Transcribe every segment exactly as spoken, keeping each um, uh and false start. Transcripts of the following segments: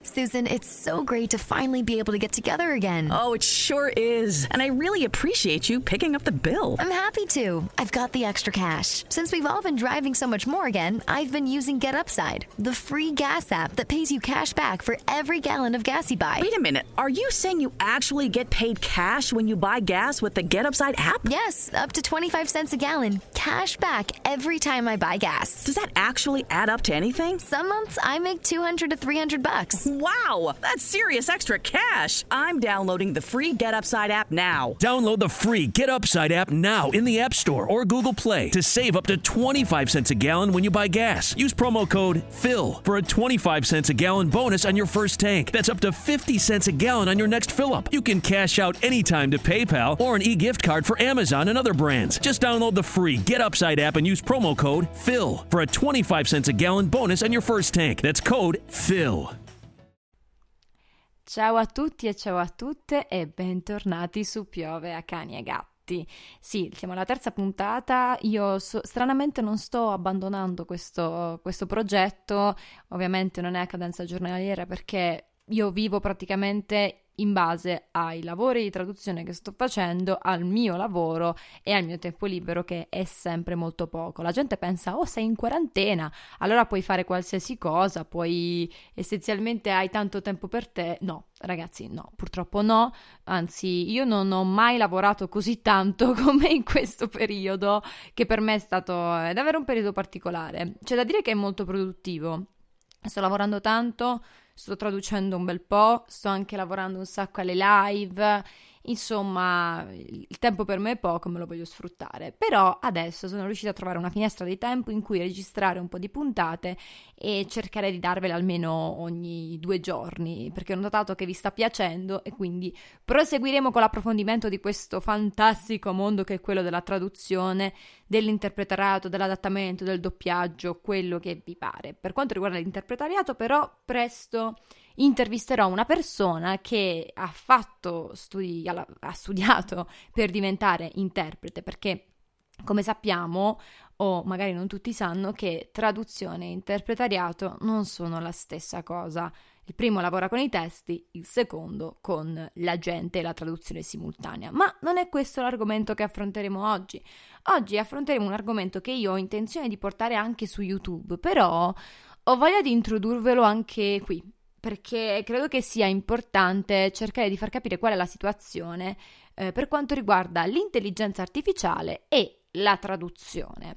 Susan, it's so great to finally be able to get together again. Oh, it sure is. And I really appreciate you picking up the bill. I'm happy to. I've got the extra cash. Since we've all been driving so much more again, I've been using GetUpside, the free gas app that pays you cash back for every gallon of gas you buy. Wait a minute. Are you saying you actually get paid cash when you buy gas with the GetUpside app? Yes, up to twenty-five cents a gallon. Cash back every time I buy gas. Does that actually add up to anything? Some months I make two hundred to three hundred bucks. Wow, that's serious extra cash. I'm downloading the free GetUpside app now. Download the free GetUpside app now in the App Store or Google Play to save up to twenty-five cents a gallon when you buy gas. Use promo code PHIL for a twenty-five cents a gallon bonus on your first tank. That's up to fifty cents a gallon on your next fill-up. You can cash out anytime to PayPal or an e-gift card for Amazon and other brands. Just download the free GetUpside app and use promo code PHIL for a twenty-five cents a gallon bonus on your first tank. That's code PHIL. Ciao a tutti e ciao a tutte e bentornati su Piove a Cani e Gatti. Sì, siamo alla terza puntata, io so, stranamente non sto abbandonando questo, questo progetto, ovviamente non è a cadenza giornaliera perché io vivo praticamente in base ai lavori di traduzione che sto facendo, al mio lavoro e al mio tempo libero che è sempre molto poco. La gente pensa, oh sei in quarantena, allora puoi fare qualsiasi cosa, puoi essenzialmente hai tanto tempo per te. No, ragazzi, no, purtroppo no, anzi io non ho mai lavorato così tanto come in questo periodo, che per me è stato è davvero un periodo particolare. C'è da dire che è molto produttivo, sto lavorando tanto, sto traducendo un bel po', sto anche lavorando un sacco alle live, insomma il tempo per me è poco, me lo voglio sfruttare, però adesso sono riuscita a trovare una finestra di tempo in cui registrare un po' di puntate e cercare di darvele almeno ogni due giorni, perché ho notato che vi sta piacendo e quindi proseguiremo con l'approfondimento di questo fantastico mondo che è quello della traduzione, dell'interpretariato, dell'adattamento, del doppiaggio, quello che vi pare. Per quanto riguarda l'interpretariato, però, presto intervisterò una persona che ha fatto studi, ha studiato per diventare interprete, perché come sappiamo, o magari non tutti sanno, che traduzione e interpretariato non sono la stessa cosa. Il primo lavora con i testi, il secondo con la gente e la traduzione simultanea. Ma non è questo l'argomento che affronteremo oggi. Oggi affronteremo un argomento che io ho intenzione di portare anche su YouTube, però ho voglia di introdurvelo anche qui, perché credo che sia importante cercare di far capire qual è la situazione eh, per quanto riguarda l'intelligenza artificiale e la traduzione.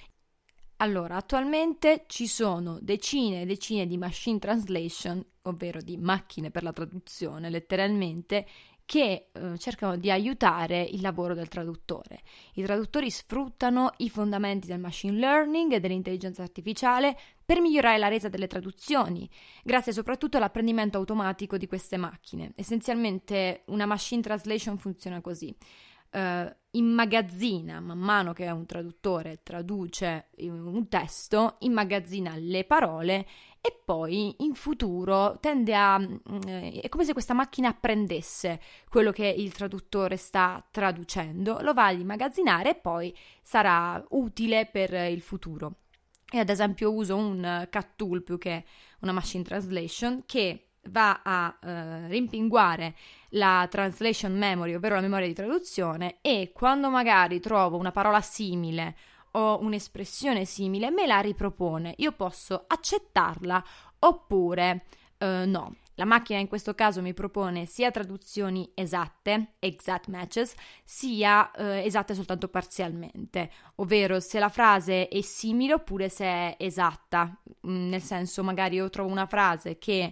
Allora, attualmente ci sono decine e decine di machine translation, ovvero di macchine per la traduzione, letteralmente, che eh, cercano di aiutare il lavoro del traduttore. I traduttori sfruttano i fondamenti del machine learning e dell'intelligenza artificiale per migliorare la resa delle traduzioni, grazie soprattutto all'apprendimento automatico di queste macchine. Essenzialmente una machine translation funziona così. Uh, immagazzina, man mano che un traduttore traduce un testo, immagazzina le parole e poi in futuro tende a... Eh, è come se questa macchina apprendesse quello che il traduttore sta traducendo, lo va ad immagazzinare e poi sarà utile per il futuro. Io ad esempio uso un cat tool più che una machine translation che va a uh, rimpinguare la translation memory, ovvero la memoria di traduzione, e quando magari trovo una parola simile o un'espressione simile me la ripropone. Io posso accettarla oppure uh, no. La macchina in questo caso mi propone sia traduzioni esatte, exact matches, sia eh, esatte soltanto parzialmente, ovvero se la frase è simile oppure se è esatta, nel senso magari io trovo una frase che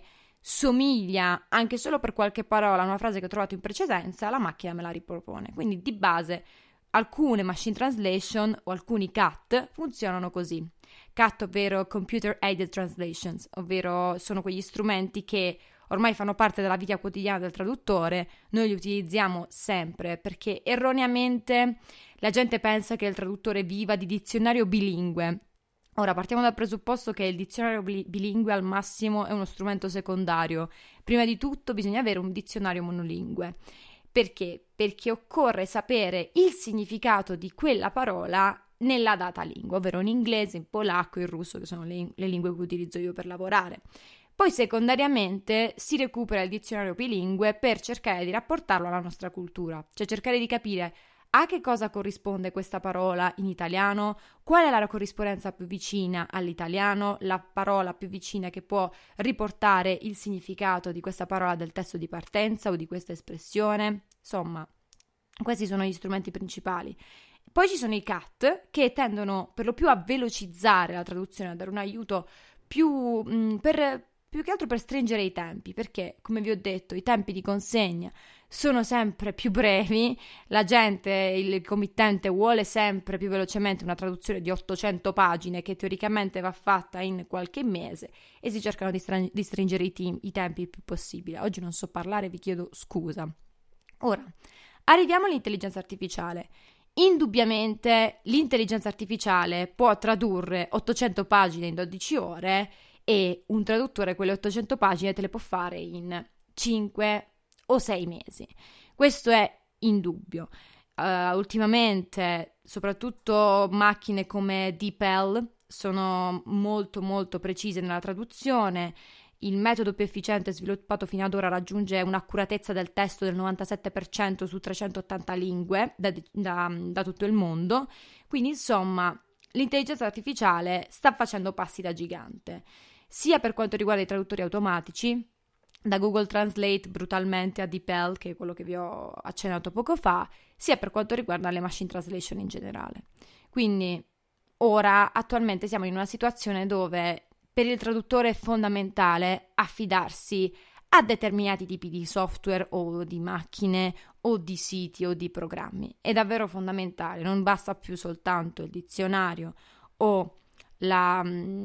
somiglia anche solo per qualche parola a una frase che ho trovato in precedenza, la macchina me la ripropone. Quindi di base alcune machine translation o alcuni C A T funzionano così. C A T, ovvero Computer Aided Translations, ovvero sono quegli strumenti che ormai fanno parte della vita quotidiana del traduttore, noi li utilizziamo sempre perché erroneamente la gente pensa che il traduttore viva di dizionario bilingue. Ora partiamo dal presupposto che il dizionario bilingue al massimo è uno strumento secondario. Prima di tutto bisogna avere un dizionario monolingue. Perché? Perché occorre sapere il significato di quella parola nella data lingua, ovvero in inglese, in polacco, in russo, che sono le, le lingue che utilizzo io per lavorare. Poi secondariamente si recupera il dizionario bilingue per cercare di rapportarlo alla nostra cultura, cioè cercare di capire a che cosa corrisponde questa parola in italiano, qual è la corrispondenza più vicina all'italiano, la parola più vicina che può riportare il significato di questa parola del testo di partenza o di questa espressione. Insomma, questi sono gli strumenti principali. Poi ci sono i C A T che tendono per lo più a velocizzare la traduzione, a dare un aiuto più mh, per più che altro per stringere i tempi, perché come vi ho detto i tempi di consegna sono sempre più brevi, la gente, il committente vuole sempre più velocemente una traduzione di ottocento pagine che teoricamente va fatta in qualche mese e si cercano di, str- di stringere i, team, i tempi il più possibile. Oggi non so parlare, vi chiedo scusa. Ora, arriviamo all'intelligenza artificiale. Indubbiamente l'intelligenza artificiale può tradurre ottocento pagine in dodici ore e un traduttore quelle ottocento pagine te le può fare in cinque o sei mesi. Questo è indubbio. Uh, ultimamente, soprattutto macchine come DeepL sono molto molto precise nella traduzione. Il metodo più efficiente sviluppato fino ad ora raggiunge un'accuratezza del testo del novantasette per cento su trecentottanta lingue da, da, da tutto il mondo. Quindi, insomma, l'intelligenza artificiale sta facendo passi da gigante, sia per quanto riguarda i traduttori automatici, da Google Translate brutalmente a DeepL, che è quello che vi ho accennato poco fa, sia per quanto riguarda le machine translation in generale. Quindi, ora, attualmente siamo in una situazione dove per il traduttore è fondamentale affidarsi a determinati tipi di software o di macchine o di siti o di programmi. È davvero fondamentale, non basta più soltanto il dizionario o, la,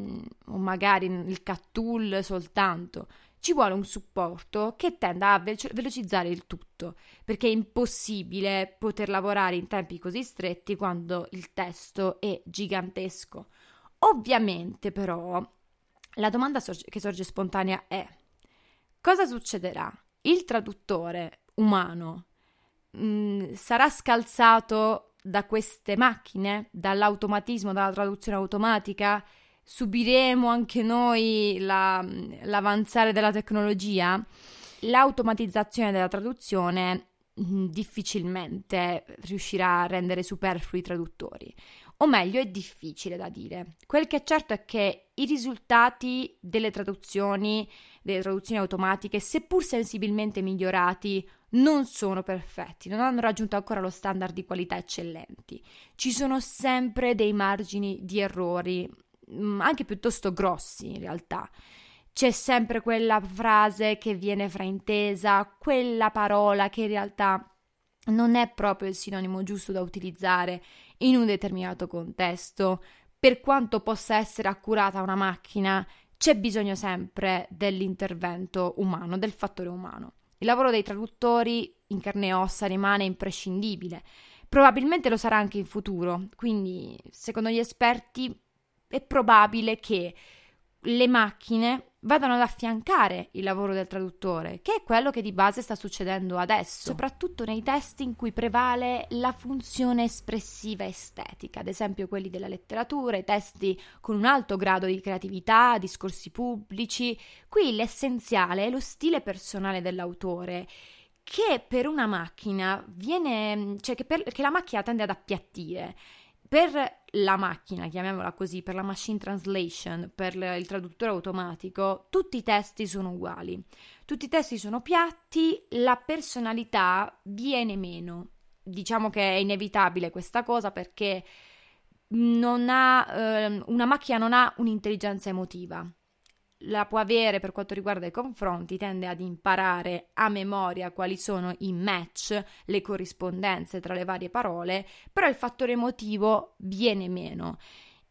o magari il C A T tool soltanto. Ci vuole un supporto che tenda a velocizzare il tutto, perché è impossibile poter lavorare in tempi così stretti quando il testo è gigantesco. Ovviamente però la domanda che sorge spontanea è: cosa succederà? Il traduttore umano mh, sarà scalzato da queste macchine, dall'automatismo, dalla traduzione automatica? Subiremo anche noi la, l'avanzare della tecnologia? L'automatizzazione della traduzione mh, difficilmente riuscirà a rendere superflui i traduttori. O meglio, è difficile da dire. Quel che è certo è che i risultati delle traduzioni, delle traduzioni automatiche, seppur sensibilmente migliorati, non sono perfetti, non hanno raggiunto ancora lo standard di qualità eccellenti. Ci sono sempre dei margini di errori, anche piuttosto grossi in realtà. C'è sempre quella frase che viene fraintesa, quella parola che in realtà non è proprio il sinonimo giusto da utilizzare in un determinato contesto. Per quanto possa essere accurata una macchina, c'è bisogno sempre dell'intervento umano, del fattore umano. Il lavoro dei traduttori in carne e ossa rimane imprescindibile. Probabilmente lo sarà anche in futuro, quindi secondo gli esperti è probabile che le macchine vadano ad affiancare il lavoro del traduttore, che è quello che di base sta succedendo adesso, soprattutto nei testi in cui prevale la funzione espressiva estetica, ad esempio quelli della letteratura, i testi con un alto grado di creatività, discorsi pubblici. Qui l'essenziale è lo stile personale dell'autore, che per una macchina viene, cioè che, per, che la macchina tende ad appiattire. Per la macchina, chiamiamola così, per la machine translation, per il traduttore automatico, tutti i testi sono uguali, tutti i testi sono piatti, la personalità viene meno. Diciamo che è inevitabile questa cosa perché non ha, eh, una macchina non ha un'intelligenza emotiva. La può avere per quanto riguarda i confronti, tende ad imparare a memoria quali sono i match, le corrispondenze tra le varie parole, però il fattore emotivo viene meno.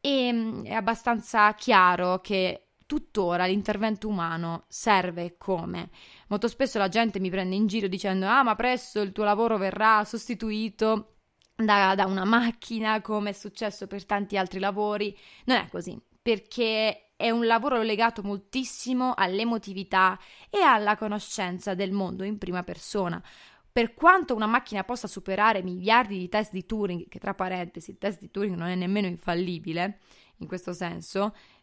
E è abbastanza chiaro che tuttora l'intervento umano serve come. Molto spesso la gente mi prende in giro dicendo: ah, ma presto il tuo lavoro verrà sostituito da, da una macchina, come è successo per tanti altri lavori. Non è così, perché è un lavoro legato moltissimo all'emotività e alla conoscenza del mondo in prima persona. Per quanto una macchina possa superare miliardi di test di Turing, che tra parentesi il test di Turing non è nemmeno infallibile in questo senso,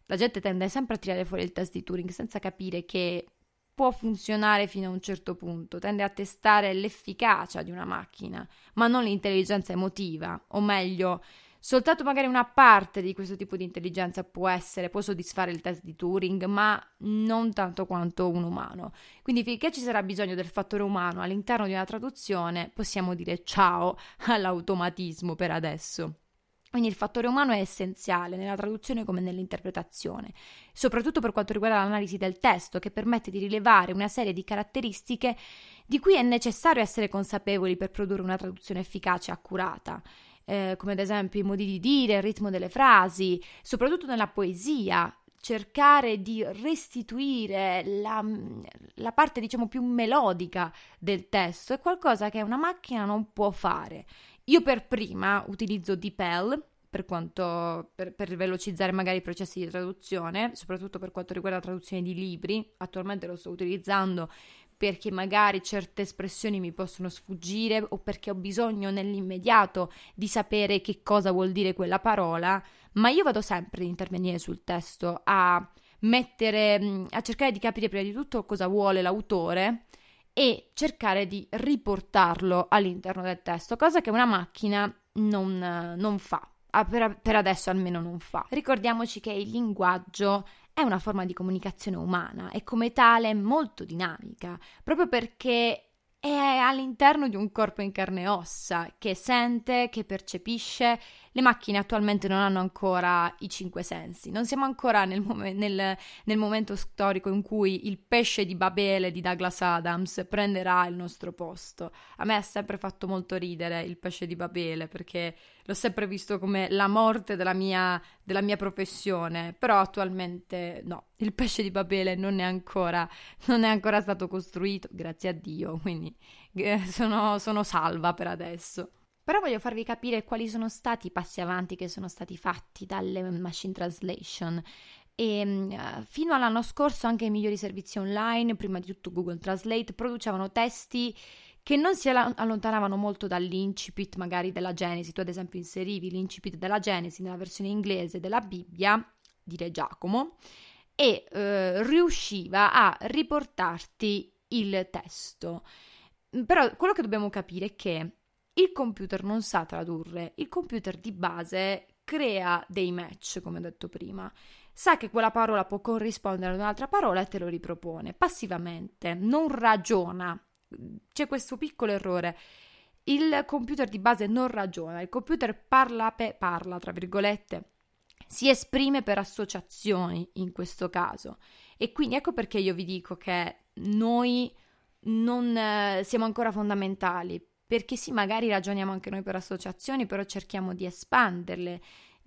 la gente tende sempre a tirare fuori il test di Turing senza capire che può funzionare fino a un certo punto, tende a testare l'efficacia di una macchina, ma non l'intelligenza emotiva, o meglio, soltanto magari una parte di questo tipo di intelligenza può essere, può soddisfare il test di Turing, ma non tanto quanto un umano. Quindi finché ci sarà bisogno del fattore umano all'interno di una traduzione, possiamo dire ciao all'automatismo per adesso. Quindi il fattore umano è essenziale nella traduzione come nell'interpretazione, soprattutto per quanto riguarda l'analisi del testo, che permette di rilevare una serie di caratteristiche di cui è necessario essere consapevoli per produrre una traduzione efficace e accurata. Eh, come ad esempio i modi di dire, il ritmo delle frasi, soprattutto nella poesia, cercare di restituire la, la parte, diciamo, più melodica del testo è qualcosa che una macchina non può fare. Io per prima utilizzo DeepL per quanto per, per velocizzare magari i processi di traduzione, soprattutto per quanto riguarda la traduzione di libri. Attualmente lo sto utilizzando perché magari certe espressioni mi possono sfuggire o perché ho bisogno nell'immediato di sapere che cosa vuol dire quella parola, ma io vado sempre ad intervenire sul testo, a mettere, a cercare di capire prima di tutto cosa vuole l'autore e cercare di riportarlo all'interno del testo, cosa che una macchina non, non fa, per, per adesso almeno non fa. Ricordiamoci che il linguaggio è una forma di comunicazione umana e come tale molto dinamica, proprio perché è all'interno di un corpo in carne e ossa che sente, che percepisce. Le macchine attualmente non hanno ancora i cinque sensi, non siamo ancora nel, mom- nel, nel momento storico in cui il pesce di Babele di Douglas Adams prenderà il nostro posto. A me ha sempre fatto molto ridere il pesce di Babele perché l'ho sempre visto come la morte della mia, della mia professione, però attualmente no, il pesce di Babele non è ancora, non è ancora stato costruito, grazie a Dio, quindi eh, sono, sono salva per adesso. Però voglio farvi capire quali sono stati i passi avanti che sono stati fatti dalle machine translation. E uh, fino all'anno scorso anche i migliori servizi online, prima di tutto Google Translate, producevano testi che non si allontanavano molto dall'incipit magari della Genesi. Tu ad esempio inserivi l'incipit della Genesi nella versione inglese della Bibbia di Re Giacomo e uh, riusciva a riportarti il testo. Però quello che dobbiamo capire è che il computer non sa tradurre, il computer di base crea dei match, come ho detto prima. Sa che quella parola può corrispondere ad un'altra parola e te lo ripropone passivamente, non ragiona. C'è questo piccolo errore. Il computer di base non ragiona, il computer parla, pe- parla, tra virgolette, si esprime per associazioni in questo caso. E quindi ecco perché io vi dico che noi non eh, siamo ancora fondamentali, perché sì, magari ragioniamo anche noi per associazioni, però cerchiamo di espanderle,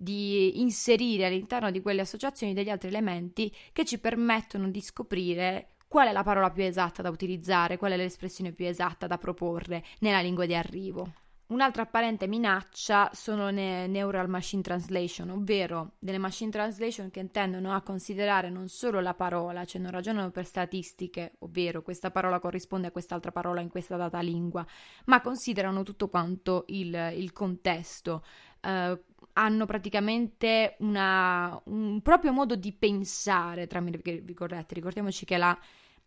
di inserire all'interno di quelle associazioni degli altri elementi che ci permettono di scoprire qual è la parola più esatta da utilizzare, qual è l'espressione più esatta da proporre nella lingua di arrivo. Un'altra apparente minaccia sono le neural machine translation, ovvero delle machine translation che tendono a considerare non solo la parola, cioè non ragionano per statistiche, ovvero questa parola corrisponde a quest'altra parola in questa data lingua, ma considerano tutto quanto il, il contesto. Uh, hanno praticamente una, un proprio modo di pensare, tra virgolette. Ricordiamoci che la,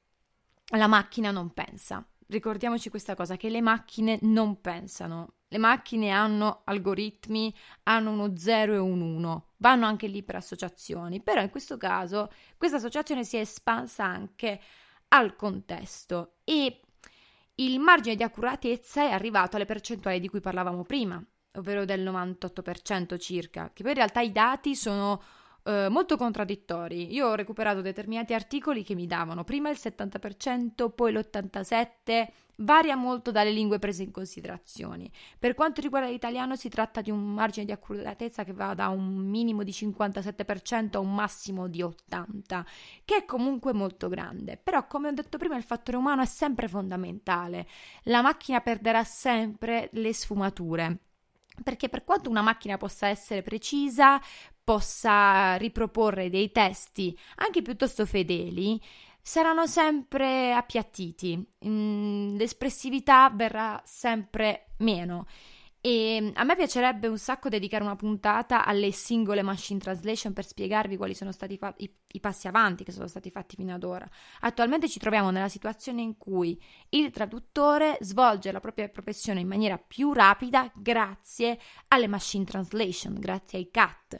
la macchina non pensa. Ricordiamoci questa cosa, che le macchine non pensano. Le macchine hanno algoritmi, hanno uno zero e un uno, vanno anche lì per associazioni, però in questo caso questa associazione si è espansa anche al contesto e il margine di accuratezza è arrivato alle percentuali di cui parlavamo prima, ovvero del novantotto per cento circa, che poi in realtà i dati sono Uh, molto contraddittori. Io ho recuperato determinati articoli che mi davano prima il settanta per cento, poi l'ottantasette per cento, varia molto dalle lingue prese in considerazione. Per quanto riguarda l'italiano si tratta di un margine di accuratezza che va da un minimo di cinquantasette per cento a un massimo di ottanta per cento, che è comunque molto grande. Però, come ho detto prima, il fattore umano è sempre fondamentale. La macchina perderà sempre le sfumature, perché per quanto una macchina possa essere precisa, possa riproporre dei testi anche piuttosto fedeli, saranno sempre appiattiti, l'espressività verrà sempre meno E a me piacerebbe un sacco dedicare una puntata alle singole machine translation per spiegarvi quali sono stati fa- i, i passi avanti che sono stati fatti fino ad ora. Attualmente ci troviamo nella situazione in cui il traduttore svolge la propria professione in maniera più rapida grazie alle machine translation, grazie ai C A T.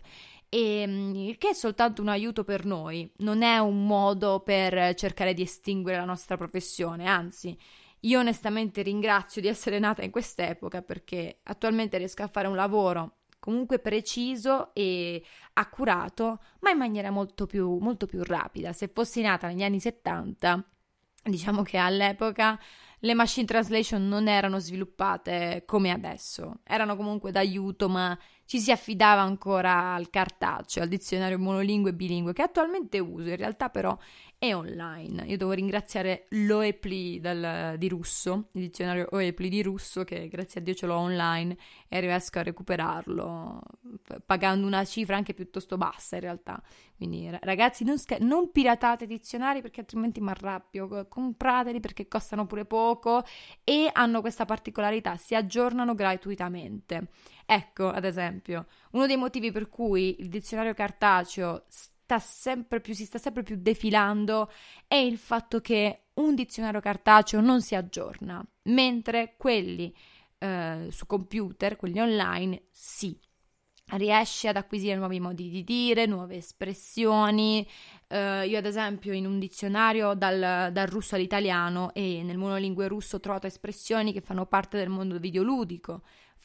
E che è soltanto un aiuto per noi, non è un modo per cercare di estinguere la nostra professione, anzi. Io onestamente ringrazio di essere nata in quest'epoca perché attualmente riesco a fare un lavoro comunque preciso e accurato, ma in maniera molto più, molto più rapida. Se fossi nata negli anni settanta, diciamo che all'epoca le machine translation non erano sviluppate come adesso, erano comunque d'aiuto, ma ci si affidava ancora al cartaceo, al dizionario monolingue e bilingue che attualmente uso, in realtà però è online. Io devo ringraziare l'Oepli dal, di russo, il dizionario Oepli di russo, che grazie a Dio ce l'ho online e riesco a recuperarlo pagando una cifra anche piuttosto bassa in realtà. Quindi ragazzi non, scher- non piratate dizionari perché altrimenti mi arrabbio, comprateli perché costano pure poco e hanno questa particolarità, si aggiornano gratuitamente. Ecco, ad esempio, uno dei motivi per cui il dizionario cartaceo sta sempre più, si sta sempre più defilando è il fatto che un dizionario cartaceo non si aggiorna, mentre quelli eh, su computer, quelli online, sì. Riesce ad acquisire nuovi modi di dire, nuove espressioni. Uh, io ad esempio in un dizionario dal, dal russo all'italiano e nel monolingue russo ho trovato espressioni che fanno parte del mondo videoludico,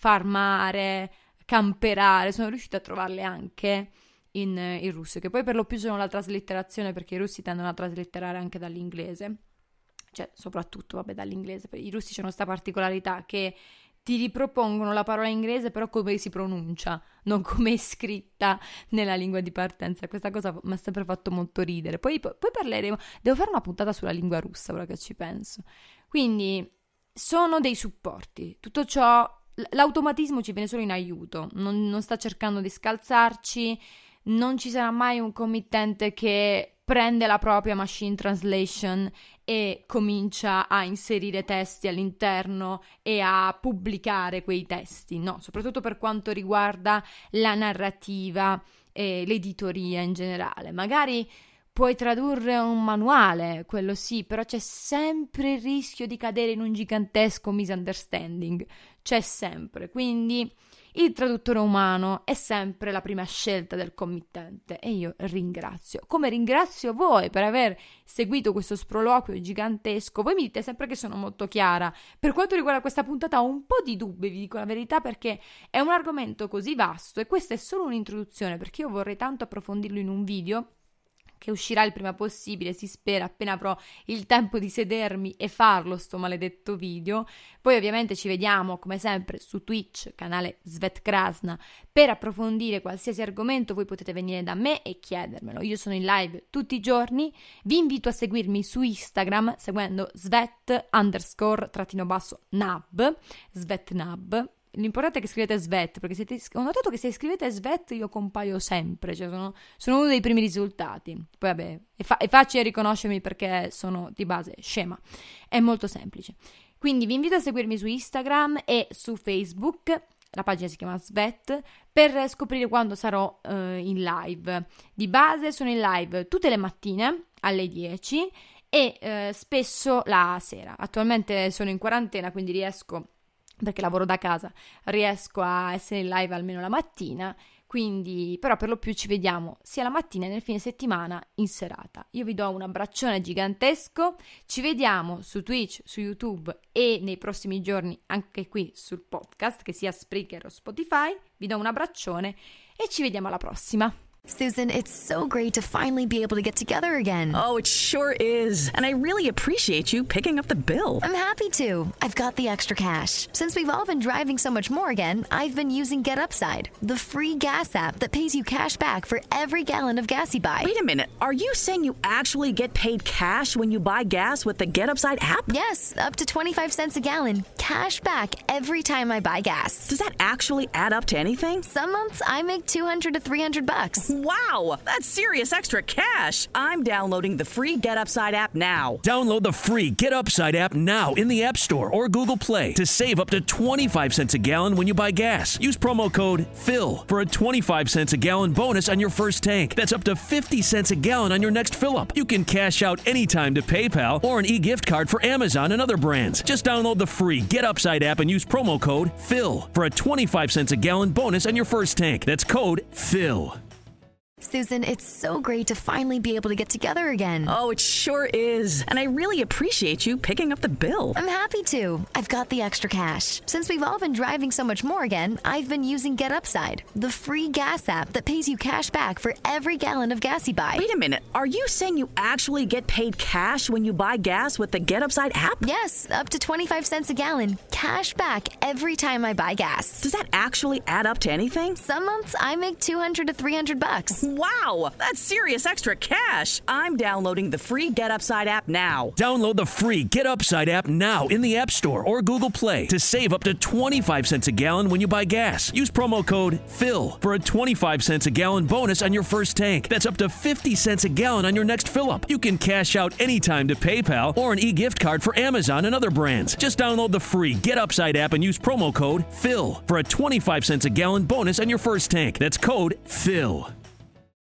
farmare, camperare, sono riuscita a trovarle anche in, in russo, che poi per lo più sono la traslitterazione perché i russi tendono a traslitterare anche dall'inglese, cioè soprattutto vabbè dall'inglese, i russi hanno questa particolarità che ti ripropongono la parola inglese però come si pronuncia, non come è scritta nella lingua di partenza. Questa cosa mi ha sempre fatto molto ridere. Poi, poi parleremo, devo fare una puntata sulla lingua russa ora che ci penso. Quindi sono dei supporti, tutto ciò, l'automatismo ci viene solo in aiuto, non, non sta cercando di scalzarci, non ci sarà mai un committente che prende la propria machine translation e comincia a inserire testi all'interno e a pubblicare quei testi, no, soprattutto per quanto riguarda la narrativa e l'editoria in generale. Magari puoi tradurre un manuale, quello sì, però c'è sempre il rischio di cadere in un gigantesco misunderstanding, c'è sempre, quindi il traduttore umano è sempre la prima scelta del committente e io ringrazio, come ringrazio voi per aver seguito questo sproloquio gigantesco. Voi mi dite sempre che sono molto chiara, per quanto riguarda questa puntata ho un po' di dubbi, vi dico la verità, perché è un argomento così vasto e questa è solo un'introduzione, perché io vorrei tanto approfondirlo in un video che uscirà il prima possibile, si spera, appena avrò il tempo di sedermi e farlo sto maledetto video. Poi ovviamente ci vediamo come sempre su Twitch, canale Svet Krasna, per approfondire qualsiasi argomento. Voi potete venire da me e chiedermelo, io sono in live tutti i giorni. Vi invito a seguirmi su Instagram seguendo Svet underscore trattino basso nab, Svetnab. L'importante è che scrivete Svet, perché siete, ho notato che se scrivete Svet io compaio sempre, cioè sono, sono uno dei primi risultati. Poi vabbè, è, fa- è facile riconoscermi perché sono di base scema, è molto semplice. Quindi vi invito a seguirmi su Instagram e su Facebook, la pagina si chiama Svet, per scoprire quando sarò uh, in live. Di base sono in live tutte le mattine alle dieci e uh, spesso la sera. Attualmente sono in quarantena, quindi riesco, perché lavoro da casa, riesco a essere in live almeno la mattina, quindi però per lo più ci vediamo sia la mattina e nel fine settimana in serata. Io vi do un abbraccione gigantesco, ci vediamo su Twitch, su YouTube e nei prossimi giorni anche qui sul podcast, che sia Spreaker o Spotify. Vi do un abbraccione e ci vediamo alla prossima. Susan, it's so great to finally be able to get together again. Oh, it sure is. And I really appreciate you picking up the bill. I'm happy to. I've got the extra cash. Since we've all been driving so much more again, I've been using Get Upside, the free gas app that pays you cash back for every gallon of gas you buy. Wait a minute. Are you saying you actually get paid cash when you buy gas with the Get Upside app? Yes, up to twenty-five cents a gallon. Cash back every time I buy gas. Does that actually add up to anything? Some months I make two hundred to three hundred bucks. Wow, that's serious extra cash. I'm downloading the free Get Upside app now. Download the free Get Upside app now in the App Store or Google Play to save up to twenty-five cents a gallon when you buy gas. Use promo code PHIL for a twenty-five cents a gallon bonus on your first tank. That's up to fifty cents a gallon on your next fill-up. You can cash out anytime to PayPal or an e-gift card for Amazon and other brands. Just download the free Get Upside app and use promo code PHIL for a twenty-five cents a gallon bonus on your first tank. That's code PHIL. Susan, it's so great to finally be able to get together again. Oh, it sure is. And I really appreciate you picking up the bill. I'm happy to. I've got the extra cash. Since we've all been driving so much more again, I've been using Get Upside, the free gas app that pays you cash back for every gallon of gas you buy. Wait a minute. Are you saying you actually get paid cash when you buy gas with the Get Upside app? Yes, up to twenty-five cents a gallon. Cash back every time I buy gas. Does that actually add up to anything? Some months I make two hundred to three hundred bucks. Wow, that's serious extra cash. I'm downloading the free Get Upside app now. Download the free Get Upside app now in the App Store or Google Play to save up to twenty-five cents a gallon when you buy gas. Use promo code PHIL for a twenty-five cents a gallon bonus on your first tank. That's up to fifty cents a gallon on your next fill-up. You can cash out anytime to PayPal or an e-gift card for Amazon and other brands. Just download the free Get Upside app and use promo code PHIL for a twenty-five cents a gallon bonus on your first tank. That's code PHIL.